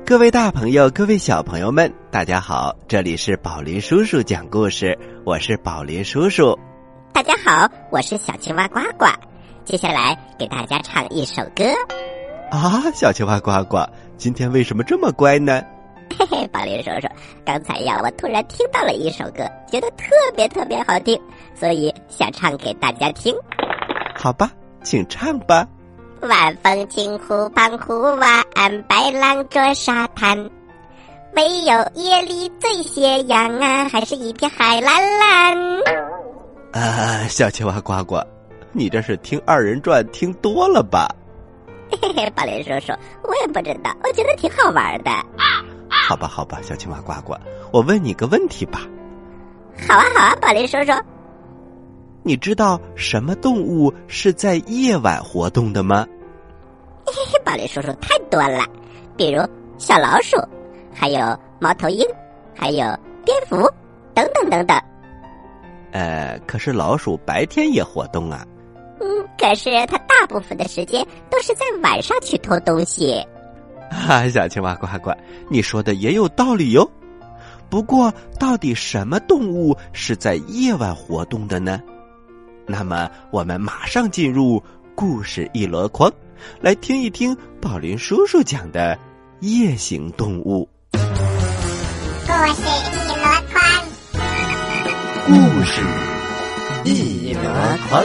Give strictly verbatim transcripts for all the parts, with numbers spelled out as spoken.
各位大朋友，各位小朋友们，大家好，这里是宝林叔叔讲故事，我是宝林叔叔。 大家好，我是小青蛙呱呱，接下来给大家唱一首歌。 啊，小青蛙呱呱，今天为什么这么乖呢？ 嘿嘿，宝林叔叔，刚才呀，我突然听到了一首歌，觉得特别特别好听，所以想唱给大家听。 好吧，请唱吧。 晚风轻湖畔湖湾，白浪捉沙滩，唯有夜里最斜阳啊，还是一片海蓝蓝。 啊，小青蛙呱呱，你这是听二人转听多了吧？ 嘿嘿，宝林叔叔，我也不知道，我觉得挺好玩的。 好吧好吧，小青蛙呱呱，我问你个问题吧。 好啊好啊，宝林叔叔。 你知道什么动物是在夜晚活动的吗？ 嘿嘿，宝林叔叔太多了，比如小老鼠，还有猫头鹰，还有蝙蝠，等等等等。 呃，可是老鼠白天也活动啊。 嗯，可是它大部分的时间都是在晚上去偷东西。 啊，小青蛙呱呱，你说的也有道理哟。不过，到底什么动物是在夜晚活动的呢？那么，我们马上进入故事一箩筐，来听一听宝林叔叔讲的夜行动物。 故事一箩筐， 故事一箩筐。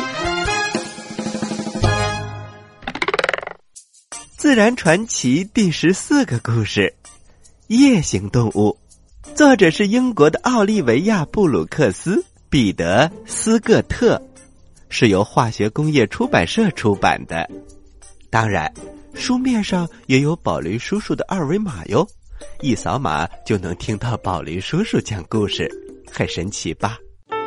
自然传奇第十四个故事：夜行动物。作者是英国的奥利维亚·布鲁克斯·彼得·斯各特，是由化学工业出版社出版的。当然，书面上也有宝林叔叔的二维码哟，一扫码就能听到宝林叔叔讲故事，很神奇吧？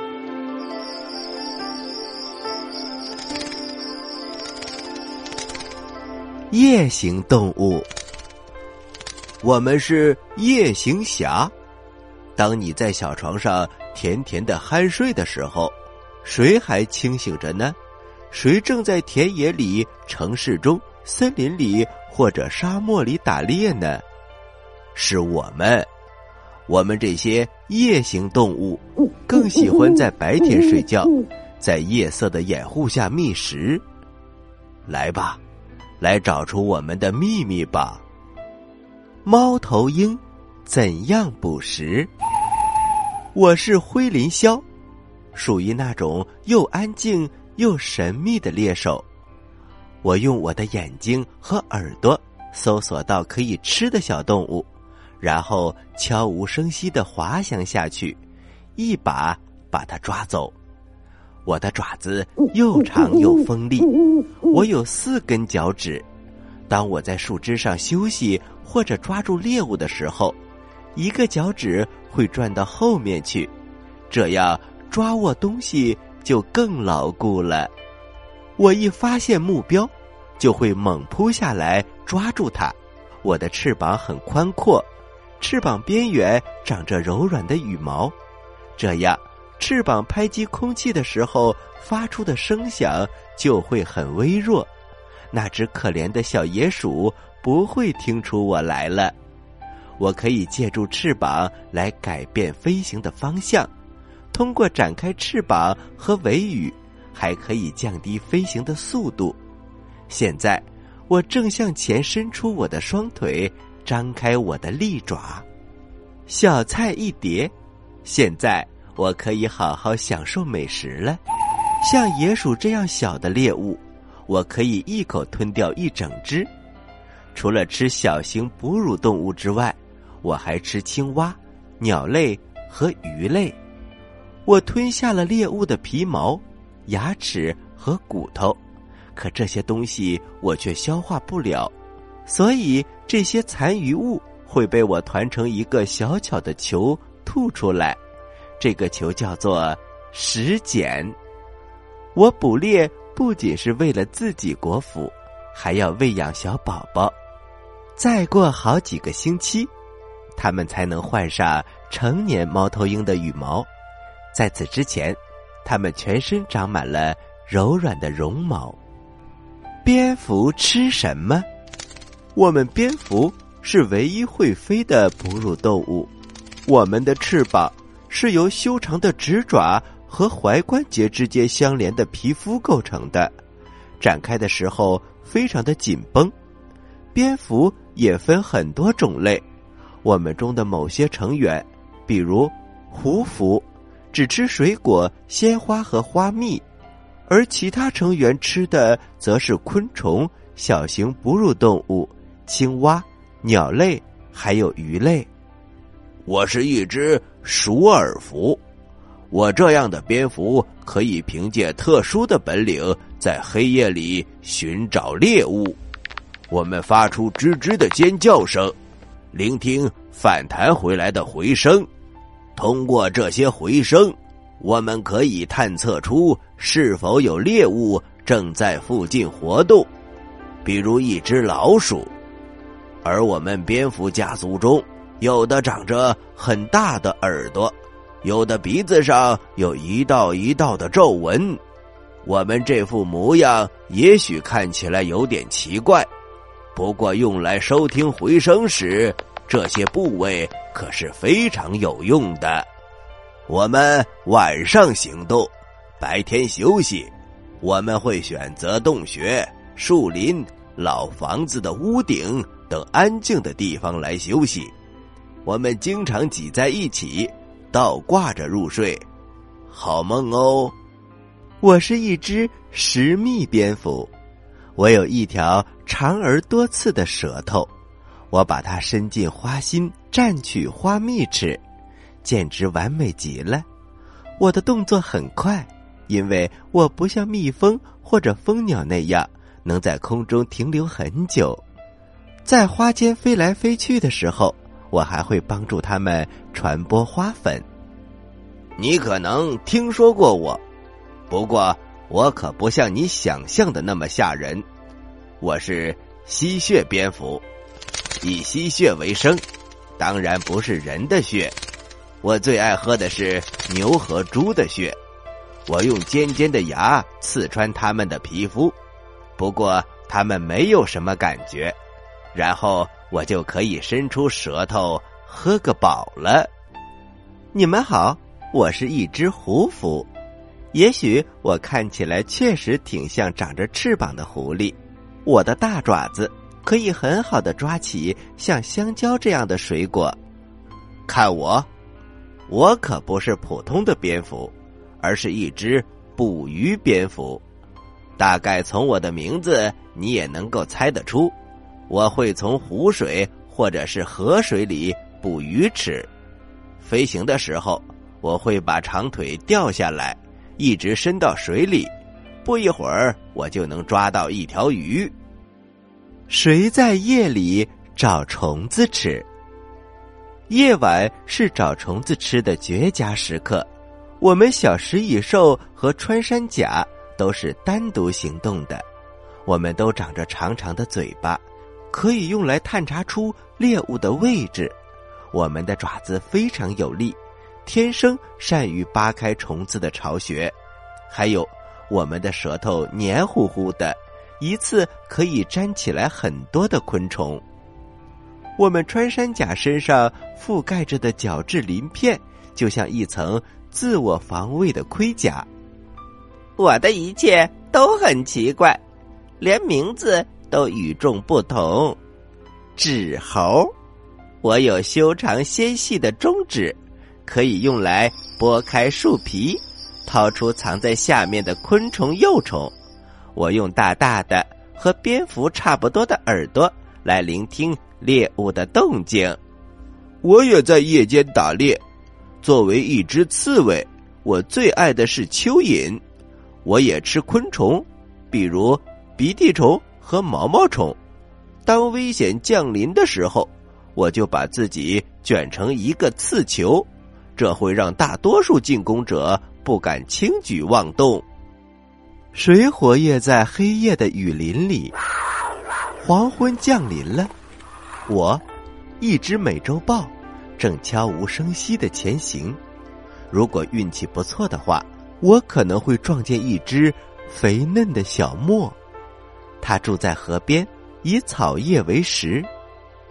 夜行动物，我们是夜行侠。当你在小床上甜甜的酣睡的时候，谁还清醒着呢？谁正在田野里、城市中、森林里或者沙漠里打猎呢？是我们。我们这些夜行动物更喜欢在白天睡觉，在夜色的掩护下觅食。来吧，来找出我们的秘密吧。猫头鹰怎样捕食？我是灰林鸮，属于那种又安静又神秘的猎手。我用我的眼睛和耳朵搜索到可以吃的小动物，然后悄无声息地滑翔下去，一把把它抓走。我的爪子又长又锋利，我有四根脚趾。当我在树枝上休息或者抓住猎物的时候，一个脚趾会转到后面去，这样抓握东西就更牢固了。我一发现目标，就会猛扑下来抓住它。我的翅膀很宽阔，翅膀边缘长着柔软的羽毛，这样翅膀拍击空气的时候发出的声响就会很微弱，那只可怜的小野鼠不会听出我来了。我可以借助翅膀来改变飞行的方向，通过展开翅膀和尾羽，还可以降低飞行的速度。现在，我正向前伸出我的双腿，张开我的利爪。小菜一碟，现在我可以好好享受美食了。像野鼠这样小的猎物，我可以一口吞掉一整只。除了吃小型哺乳动物之外，我还吃青蛙、鸟类和鱼类。我吞下了猎物的皮毛、牙齿和骨头，可这些东西我却消化不了，所以这些残余物会被我团成一个小巧的球吐出来。这个球叫做食碱。我捕猎不仅是为了自己果腹，还要喂养小宝宝。再过好几个星期，它们才能换上成年猫头鹰的羽毛。在此之前，它们全身长满了柔软的绒毛。蝙蝠吃什么？我们蝙蝠是唯一会飞的哺乳动物。我们的翅膀是由修长的指爪和踝关节之间相连的皮肤构成的，展开的时候非常的紧绷。蝙蝠也分很多种类，我们中的某些成员，比如胡蝠，只吃水果、鲜花和花蜜，而其他成员吃的则是昆虫、小型哺乳动物、青蛙、鸟类，还有鱼类。 我是一只鼠耳蝠，我这样的蝙蝠可以凭借特殊的本领在黑夜里寻找猎物。我们发出吱吱的尖叫声，聆听反弹回来的回声。通过这些回声，我们可以探测出是否有猎物正在附近活动，比如一只老鼠。而我们蝙蝠家族中，有的长着很大的耳朵，有的鼻子上有一道一道的皱纹。我们这副模样也许看起来有点奇怪，不过用来收听回声时，这些部位可是非常有用的。我们晚上行动，白天休息。我们会选择洞穴、树林、老房子的屋顶等安静的地方来休息。我们经常挤在一起，倒挂着入睡。好梦哦。 我是一只食蜜蝙蝠，我有一条长而多刺的舌头，我把它伸进花心蘸取花蜜吃，简直完美极了。我的动作很快，因为我不像蜜蜂或者蜂鸟那样能在空中停留很久。在花间飞来飞去的时候，我还会帮助它们传播花粉。 你可能听说过我，不过我可不像你想象的那么吓人。我是吸血蝙蝠，以吸血为生，当然不是人的血。我最爱喝的是牛和猪的血，我用尖尖的牙刺穿它们的皮肤，不过它们没有什么感觉，然后我就可以伸出舌头喝个饱了。 你们好，我是一只狐蝠，也许我看起来确实挺像长着翅膀的狐狸。我的大爪子可以很好的抓起像香蕉这样的水果。 看我，我可不是普通的蝙蝠，而是一只捕鱼蝙蝠。大概从我的名字你也能够猜得出，我会从湖水或者是河水里捕鱼吃。飞行的时候，我会把长腿掉下来，一直伸到水里，不一会儿我就能抓到一条鱼。 谁在夜里找虫子吃？夜晚是找虫子吃的绝佳时刻。我们小食蚁兽和穿山甲都是单独行动的，我们都长着长长的嘴巴，可以用来探查出猎物的位置。我们的爪子非常有力，天生善于扒开虫子的巢穴。还有，我们的舌头黏糊糊的，一次可以粘起来很多的昆虫。我们穿山甲身上覆盖着的角质鳞片，就像一层自我防卫的盔甲。 我的一切都很奇怪，连名字都与众不同。指猴，我有修长纤细的中指，可以用来剥开树皮，掏出藏在下面的昆虫幼虫。我用大大的和蝙蝠差不多的耳朵来聆听猎物的动静。 我也在夜间打猎。作为一只刺猬，我最爱的是蚯蚓。我也吃昆虫，比如鼻涕虫和毛毛虫。当危险降临的时候，我就把自己卷成一个刺球，这会让大多数进攻者不敢轻举妄动。 谁活跃在黑夜的雨林里？黄昏降临了，我，一只美洲豹，正悄无声息地前行。如果运气不错的话，我可能会撞见一只肥嫩的小貘。它住在河边，以草叶为食。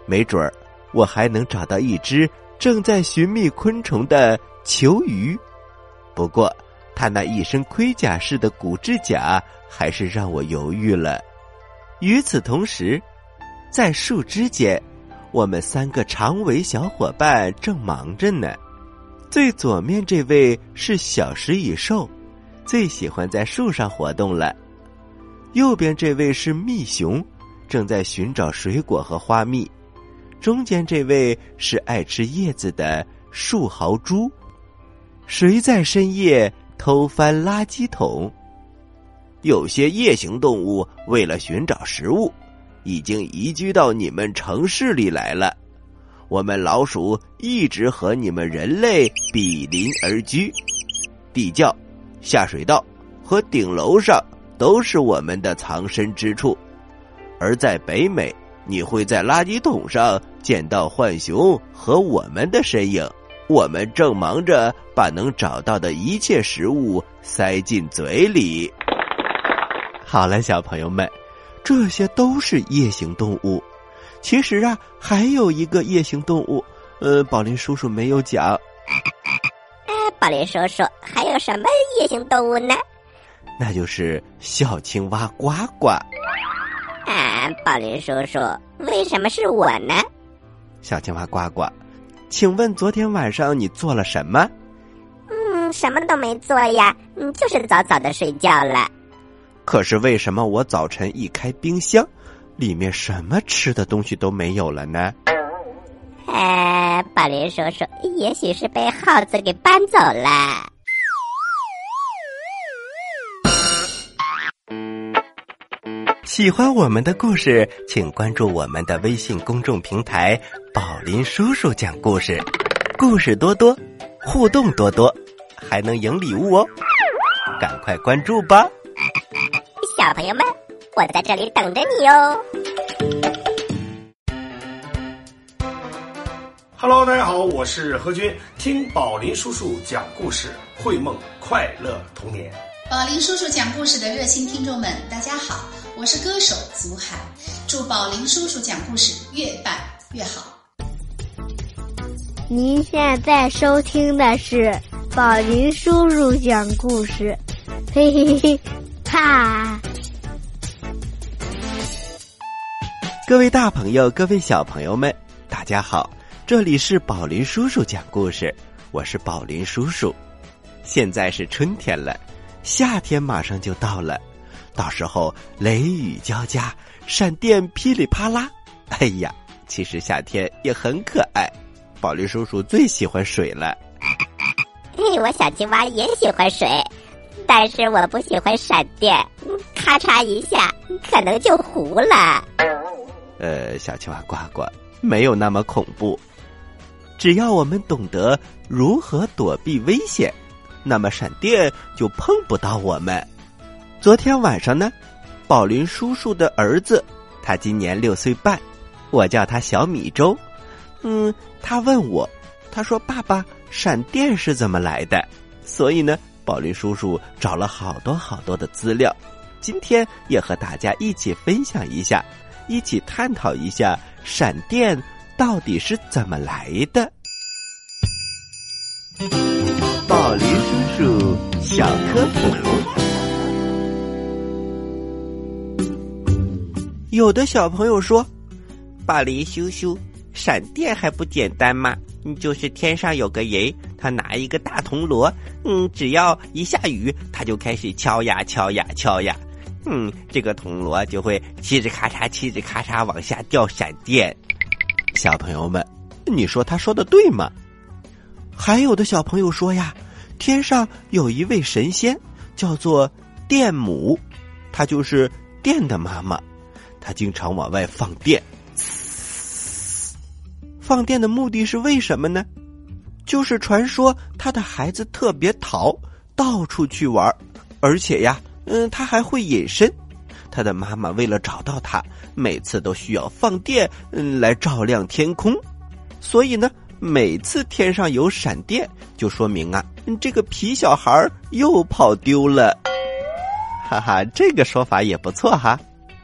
没准儿我还能找到一只正在寻觅昆虫的球鱼。不过它那一身盔甲似的骨质甲还是让我犹豫了。与此同时，在树枝间，我们三个长尾小伙伴正忙着呢。最左面这位是小食蚁兽，最喜欢在树上活动了。右边这位是蜜熊，正在寻找水果和花蜜。中间这位是爱吃叶子的树豪猪。谁在深夜偷翻垃圾桶？ 有些夜行动物为了寻找食物，已经移居到你们城市里来了。我们老鼠一直和你们人类比邻而居，地窖、下水道和顶楼上都是我们的藏身之处。而在北美，你会在垃圾桶上见到浣熊和我们的身影。我们正忙着把能找到的一切食物塞进嘴里。 好了，小朋友们，这些都是夜行动物。其实啊，还有一个夜行动物，呃，宝林叔叔没有讲。 哎，宝林叔叔，还有什么夜行动物呢？ 那就是小青蛙呱呱。 啊，宝林叔叔，为什么是我呢？ 小青蛙呱呱，请问昨天晚上你做了什么？ 嗯，什么都没做呀，嗯，就是早早的睡觉了。 可是为什么我早晨一开冰箱，里面什么吃的东西都没有了呢？ 呃，宝林叔叔，也许是被耗子给搬走了。 喜欢我们的故事，请关注我们的微信公众平台宝林叔叔讲故事，故事多多，互动多多，还能赢礼物哦，赶快关注吧。 小朋友们，我在这里等着你哦。 Hello， 大家好，我是何军，听宝林叔叔讲故事，绘梦快乐童年。 宝林叔叔讲故事的热心听众们，大家好，我是歌手祖海，祝宝林叔叔讲故事越办越好。 您现在收听的是宝林叔叔讲故事，嘿嘿嘿，哈！ 各位大朋友，各位小朋友们，大家好，这里是宝林叔叔讲故事，我是宝林叔叔。现在是春天了，夏天马上就到了，到时候雷雨交加，闪电噼里啪啦。哎呀，其实夏天也很可爱，宝林叔叔最喜欢水了。 嘿，我小青蛙也喜欢水，但是我不喜欢闪电，咔嚓一下可能就糊了。 呃，小青蛙呱呱，没有那么恐怖。只要我们懂得如何躲避危险，那么闪电就碰不到我们。昨天晚上呢，宝林叔叔的儿子，他今年六岁半，我叫他小米粥。嗯，他问我，他说爸爸，闪电是怎么来的？所以呢，宝林叔叔找了好多好多的资料，今天也和大家一起分享一下，一起探讨一下闪电到底是怎么来的。宝林叔叔小科普。有的小朋友说，宝林叔叔，闪电还不简单吗？就是天上有个人，他拿一个大铜锣，嗯，只要一下雨，他就开始敲呀敲呀敲呀，嗯，这个铜锣就会嘁吱咔嚓嘁吱咔嚓往下掉闪电。小朋友们，你说他说的对吗？还有的小朋友说呀，天上有一位神仙，叫做电母，她就是电的妈妈，她经常往外放电。放电的目的是为什么呢？就是传说他的孩子特别淘，到处去玩，而且呀，嗯，他还会隐身。他的妈妈为了找到他，每次都需要放电，嗯，来照亮天空。所以呢，每次天上有闪电，就说明啊，这个皮小孩又跑丢了。哈哈，这个说法也不错哈。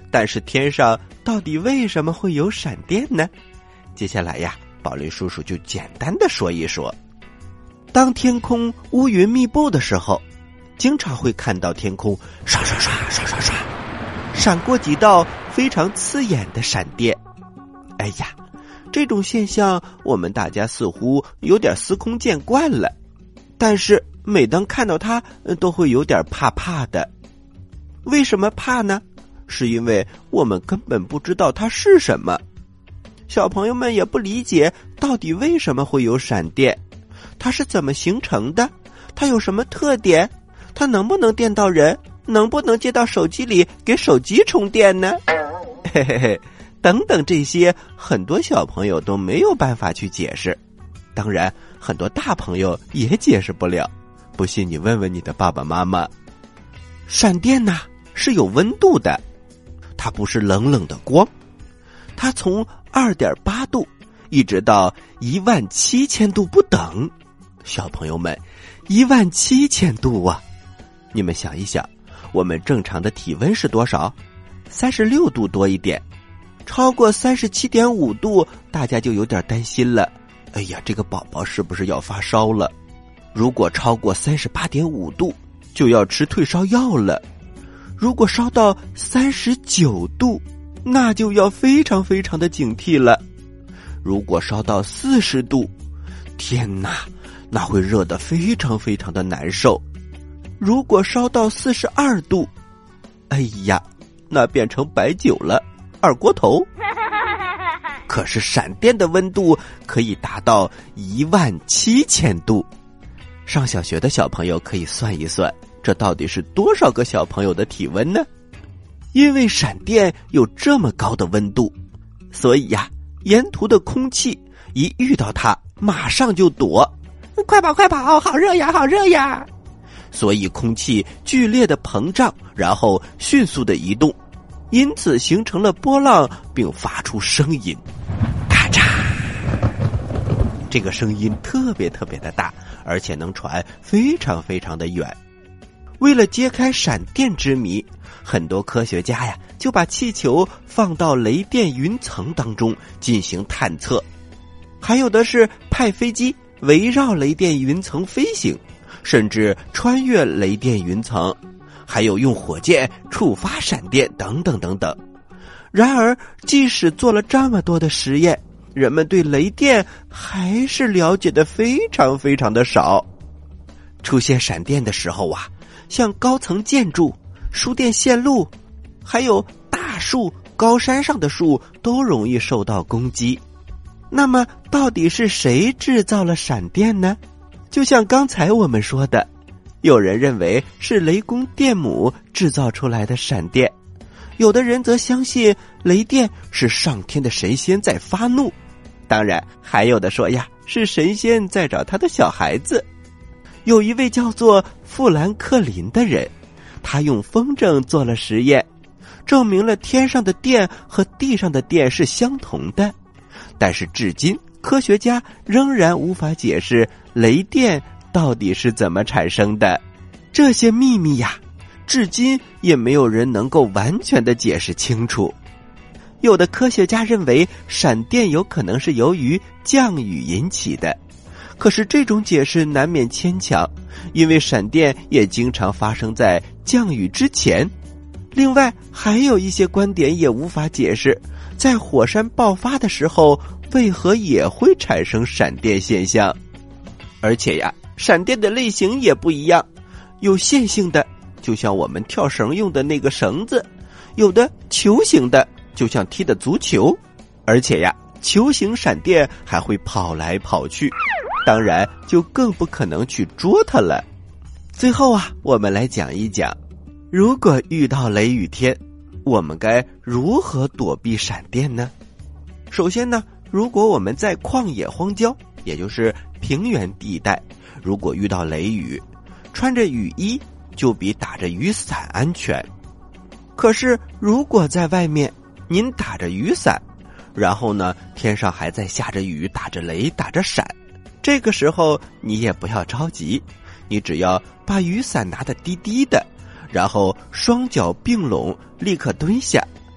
但是天上到底为什么会有闪电呢？接下来呀，宝林叔叔就简单的说一说。当天空乌云密布的时候，经常会看到天空刷刷刷刷刷刷闪过几道非常刺眼的闪电。哎呀，这种现象我们大家似乎有点司空见惯了，但是每当看到它都会有点怕怕的。为什么怕呢？是因为我们根本不知道它是什么。小朋友们也不理解到底为什么会有闪电，它是怎么形成的，它有什么特点，它能不能电到人，能不能接到手机里给手机充电呢？嘿嘿嘿，等等，这些很多小朋友都没有办法去解释，当然很多大朋友也解释不了，不信你问问你的爸爸妈妈。闪电呐，是有温度的，它不是冷冷的光，它从 二点八 度一直到一万七千度不等。小朋友们，一万七千度啊！你们想一想，我们正常的体温是多少？三十六度多一点。超过 三十七点五 度，大家就有点担心了。哎呀，这个宝宝是不是要发烧了？如果超过 三十八点五 度，就要吃退烧药了。如果烧到三十九度，那就要非常非常的警惕了。如果烧到四十度，天哪，那会热得非常非常的难受。如果烧到四十二度，哎呀，那变成白酒了，二锅头。可是闪电的温度可以达到一万七千度。上小学的小朋友可以算一算，这到底是多少个小朋友的体温呢？因为闪电有这么高的温度，所以呀，沿途的空气一遇到它马上就躲，快跑快跑，好热呀好热呀！所以空气剧烈的膨胀，然后迅速的移动，因此形成了波浪，并发出声音，咔嚓。这个声音特别特别的大，而且能传非常非常的远。为了揭开闪电之谜，很多科学家呀就把气球放到雷电云层当中进行探测，还有的是派飞机围绕雷电云层飞行，甚至穿越雷电云层，还有用火箭触发闪电等等等等。然而即使做了这么多的实验，人们对雷电还是了解的非常非常的少。出现闪电的时候啊，像高层建筑、输电线路，还有大树、高山上的树都容易受到攻击。那么到底是谁制造了闪电呢？就像刚才我们说的，有人认为是雷公电母制造出来的闪电，有的人则相信雷电是上天的神仙在发怒，当然还有的说呀，是神仙在找他的小孩子。有一位叫做富兰克林的人，他用风筝做了实验，证明了天上的电和地上的电是相同的。但是至今科学家仍然无法解释雷电到底是怎么产生的。这些秘密呀，至今也没有人能够完全的解释清楚。有的科学家认为闪电有可能是由于降雨引起的，可是这种解释难免牵强，因为闪电也经常发生在降雨之前。另外还有一些观点也无法解释，在火山爆发的时候为何也会产生闪电现象。而且呀，闪电的类型也不一样，有线性的，就像我们跳绳用的那个绳子，有的球形的，就像踢的足球。而且呀，球形闪电还会跑来跑去，当然就更不可能去捉它了。最后啊，我们来讲一讲，如果遇到雷雨天，我们该如何躲避闪电呢？首先呢，如果我们在旷野荒郊，也就是平原地带，如果遇到雷雨，穿着雨衣就比打着雨伞安全。可是如果在外面您打着雨伞，然后呢天上还在下着雨，打着雷，打着闪，这个时候你也不要着急，你只要把雨伞拿得低低的，然后双脚并拢，立刻蹲下，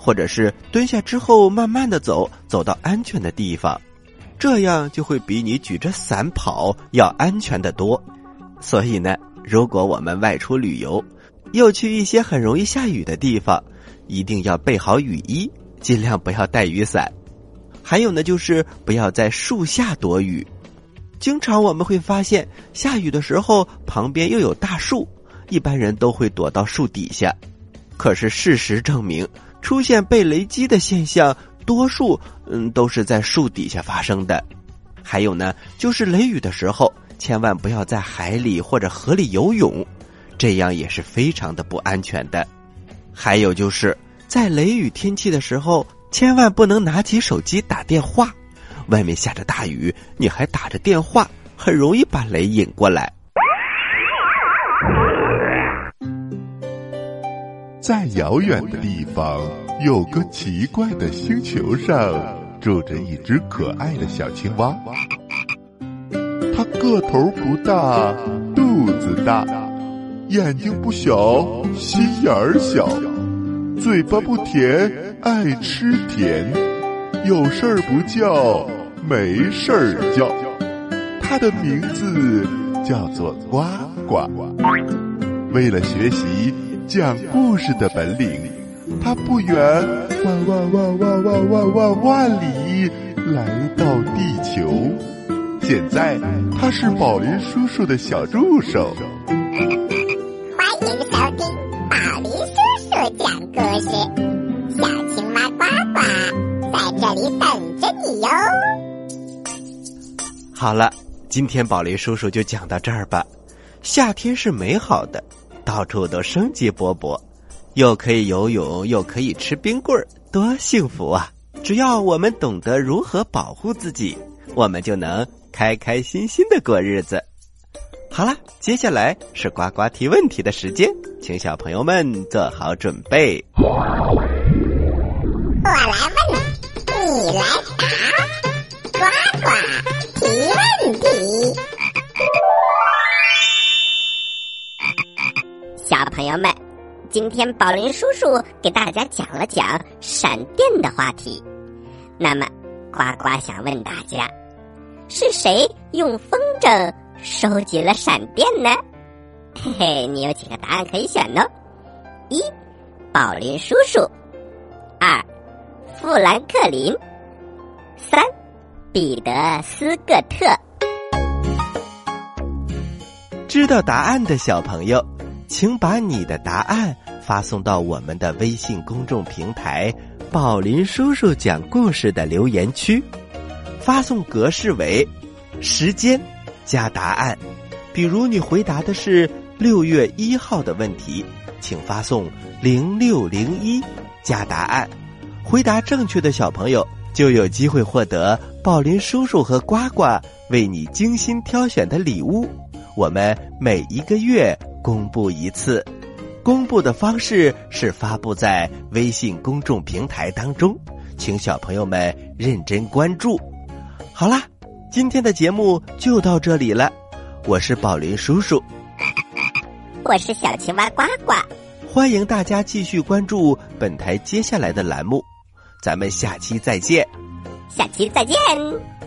或者是蹲下之后慢慢的走，走到安全的地方，这样就会比你举着伞跑要安全得多。所以呢，如果我们外出旅游，又去一些很容易下雨的地方，一定要备好雨衣，尽量不要带雨伞。还有呢，就是不要在树下躲雨。经常我们会发现，下雨的时候旁边又有大树，一般人都会躲到树底下。可是事实证明，出现被雷击的现象，多数嗯都是在树底下发生的。还有呢，就是雷雨的时候，千万不要在海里或者河里游泳，这样也是非常的不安全的。还有就是在雷雨天气的时候，千万不能拿起手机打电话，外面下着大雨，你还打着电话，很容易把雷引过来。 在遥远的地方，有个奇怪的星球上，住着一只可爱的小青蛙。它个头不大，肚子大，眼睛不小，心眼儿小，嘴巴不甜，爱吃甜，有事儿不叫，没事儿叫。它的名字叫做呱呱。为了学习讲故事的本领，它不远万万万万万万万万里来到地球。现在他是宝林叔叔的小助手。 欢迎收听宝林叔叔讲故事，小青蛙呱呱在这里等着你哟。 好了，今天宝林叔叔就讲到这儿吧。夏天是美好的，到处都生机勃勃，又可以游泳，又可以吃冰棍儿，多幸福啊！只要我们懂得如何保护自己，我们就能开开心心的过日子。好了，接下来是呱呱提问题的时间，请小朋友们做好准备。 我来问，你来答，呱呱提问题。 小朋友们，今天宝林叔叔给大家讲了讲闪电的话题。那么，呱呱想问大家，是谁用风筝收集了闪电呢？嘿嘿，你有几个答案可以选呢？一，宝林叔叔；二，富兰克林；三，彼得斯各特。 知道答案的小朋友，请把你的答案发送到我们的微信公众平台宝林叔叔讲故事的留言区，发送格式为时间加答案。比如你回答的是六月一号的问题，请发送零六零一加答案。回答正确的小朋友就有机会获得宝林叔叔和呱呱为你精心挑选的礼物。我们每一个月公布一次，公布的方式是发布在微信公众平台当中，请小朋友们认真关注。好啦，今天的节目就到这里了，我是宝林叔叔， 我是小青蛙呱呱， 欢迎大家继续关注本台接下来的栏目，咱们下期再见。 下期再见。